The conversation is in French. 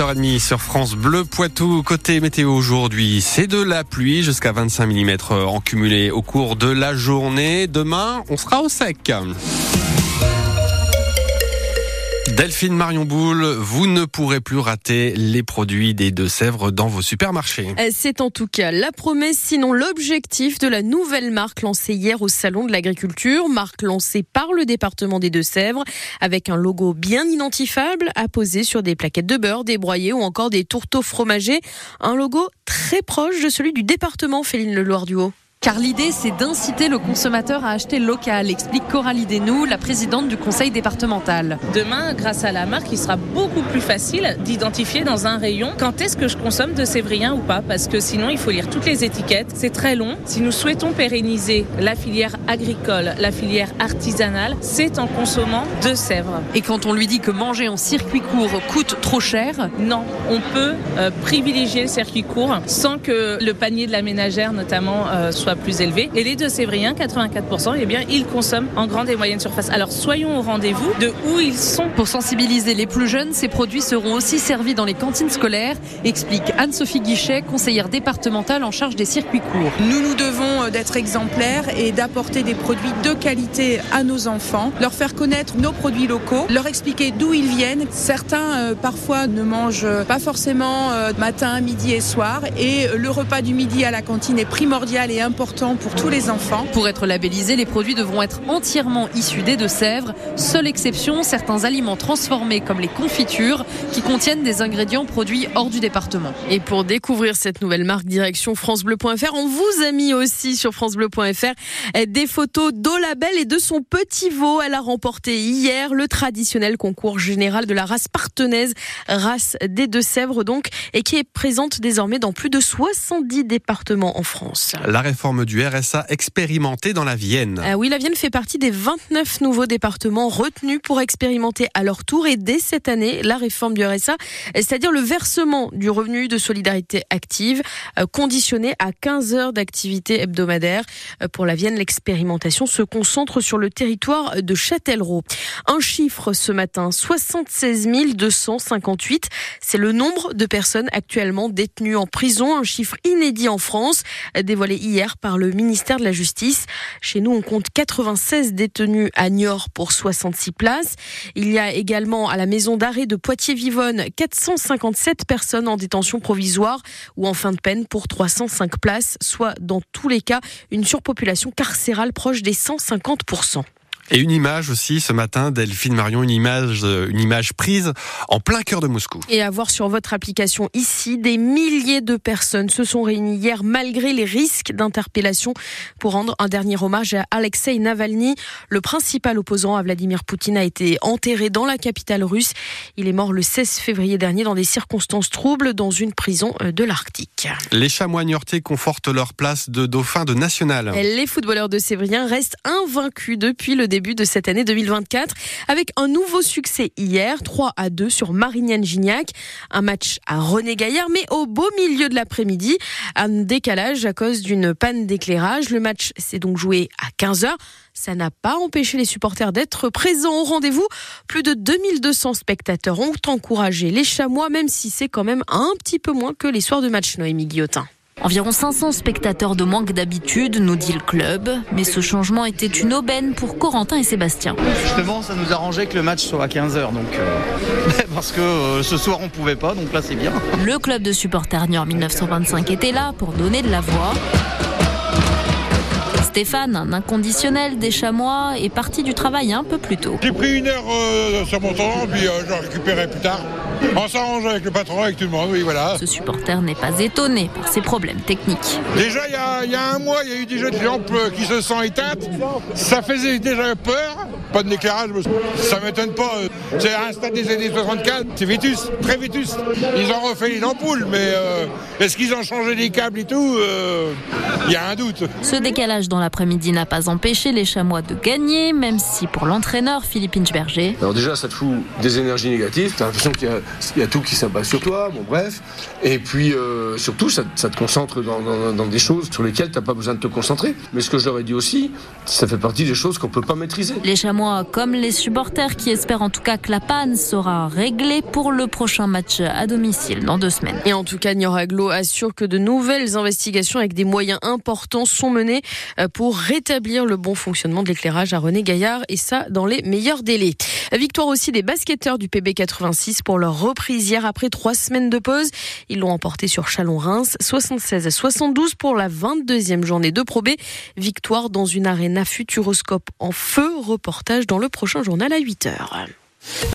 7h30 sur France Bleu Poitou. Côté météo aujourd'hui, c'est de la pluie jusqu'à 25 mm en cumulé au cours de la journée. Demain, on sera au sec. Delphine Marion Boule, vous ne pourrez plus rater les produits des Deux-Sèvres dans vos supermarchés. C'est en tout cas la promesse, sinon l'objectif de la nouvelle marque lancée hier au Salon de l'Agriculture. Marque lancée par le département des Deux-Sèvres avec un logo bien identifiable apposé sur des plaquettes de beurre, des broyés ou encore des tourteaux fromagés. Un logo très proche de celui du département, Féline Leloir-Duhaut. Car l'idée, c'est d'inciter le consommateur à acheter local, explique Coralie Desnoux, la présidente du conseil départemental. Demain, grâce à la marque, il sera beaucoup plus facile d'identifier dans un rayon quand est-ce que je consomme de sévrien ou pas. Parce que sinon, il faut lire toutes les étiquettes. C'est très long. Si nous souhaitons pérenniser la filière agricole, la filière artisanale, c'est en consommant de Sèvres. Et quand on lui dit que manger en circuit court coûte trop cher, non, on peut privilégier le circuit court sans que le panier de la ménagère, notamment, soit plus élevé. Et les Deux-Sévriens, 84%, eh bien, ils consomment en grande et moyenne surface. Alors, soyons au rendez-vous de où ils sont. Pour sensibiliser les plus jeunes, ces produits seront aussi servis dans les cantines scolaires, explique Anne-Sophie Guichet, conseillère départementale en charge des circuits courts. Nous devons d'être exemplaires et d'apporter des produits de qualité à nos enfants, leur faire connaître nos produits locaux, leur expliquer d'où ils viennent. Certains, parfois, ne mangent pas forcément matin, midi et soir. Et le repas du midi à la cantine est primordial et important pour tous les enfants. Pour être labellisés, les produits devront être entièrement issus des Deux-Sèvres. Seule exception, certains aliments transformés comme les confitures qui contiennent des ingrédients produits hors du département. Et pour découvrir cette nouvelle marque, direction francebleu.fr, on vous a mis aussi sur francebleu.fr des photos d'Olabelle et de son petit veau. Elle a remporté hier le traditionnel concours général de la race partenaise, race des Deux-Sèvres donc, et qui est présente désormais dans plus de 70 départements en France. La réforme du RSA expérimentée dans la Vienne. Oui, la Vienne fait partie des 29 nouveaux départements retenus pour expérimenter à leur tour et dès cette année la réforme du RSA, c'est-à-dire le versement du revenu de solidarité active conditionné à 15 heures d'activité hebdomadaire. Pour la Vienne, l'expérimentation se concentre sur le territoire de Châtellerault. Un chiffre ce matin, 76 258. C'est le nombre de personnes actuellement détenues en prison, un chiffre inédit en France, dévoilé hier par le ministère de la Justice. Chez nous, on compte 96 détenus à Niort pour 66 places. Il y a également à la maison d'arrêt de Poitiers-Vivonne 457 personnes en détention provisoire ou en fin de peine pour 305 places, soit dans tous les cas une surpopulation carcérale proche des 150%. Et une image aussi ce matin, Delphine Marion, une image prise en plein cœur de Moscou. Et à voir sur votre application ici, des milliers de personnes se sont réunies hier malgré les risques d'interpellation pour rendre un dernier hommage à Alexeï Navalny. Le principal opposant à Vladimir Poutine a été enterré dans la capitale russe. Il est mort le 16 février dernier dans des circonstances troubles dans une prison de l'Arctique. Les Chamois niortais confortent leur place de dauphin de national. Les footballeurs de Sévrien restent invaincus depuis le début de cette année 2024 avec un nouveau succès hier, 3-2 sur Marignane-Gignac. Un match à René Gaillard, mais au beau milieu de l'après-midi, un décalage à cause d'une panne d'éclairage. Le match s'est donc joué à 15h. Ça n'a pas empêché les supporters d'être présents au rendez-vous. Plus de 2200 spectateurs ont encouragé les Chamois, même si c'est quand même un petit peu moins que les soirs de match, Noémie Guillotin. Environ 500 spectateurs de moins que d'habitude, nous dit le club. Mais ce changement était une aubaine pour Corentin et Sébastien. Justement, ça nous arrangeait que le match soit à 15h. Donc, parce que ce soir, on ne pouvait pas. Donc là, c'est bien. Le club de supporters Niort 1925 était là pour donner de la voix. Stéphane, un inconditionnel des Chamois, est parti du travail un peu plus tôt. J'ai pris une heure sur mon temps, puis je récupérerai plus tard. On s'arrange avec le patron, avec tout le monde, oui, voilà. Ce supporter n'est pas étonné par ces problèmes techniques. Déjà, il y a un mois, il y a eu déjà des lampes qui se sont éteintes. Ça faisait déjà peur. Pas d'éclairage, ça m'étonne pas. C'est un stade des années 64. C'est vétuste, très vétuste. Ils ont refait les ampoules, mais est-ce qu'ils ont changé les câbles et tout Il y a un doute. Ce décalage dans l'après-midi n'a pas empêché les Chamois de gagner, même si pour l'entraîneur Philippe Inchberger. Alors déjà, ça te fout des énergies négatives. T'as l'impression qu'il y a tout qui s'abat sur toi. Bon, bref. Et puis surtout, ça te concentre dans des choses sur lesquelles t'as pas besoin de te concentrer. Mais ce que je leur ai dit aussi, ça fait partie des choses qu'on peut pas maîtriser. Les Chamois mois, comme les supporters qui espèrent en tout cas que la panne sera réglée pour le prochain match à domicile dans 2 semaines. Et en tout cas, Niort Agglo assure que de nouvelles investigations avec des moyens importants sont menées pour rétablir le bon fonctionnement de l'éclairage à René Gaillard, et ça dans les meilleurs délais. Victoire aussi des basketteurs du PB86 pour leur reprise hier après 3 semaines de pause. Ils l'ont emporté sur Chalon-Reims 76-72 pour la 22e journée de Pro B. Victoire dans une arena Futuroscope en feu. Reportage dans le prochain journal à 8h.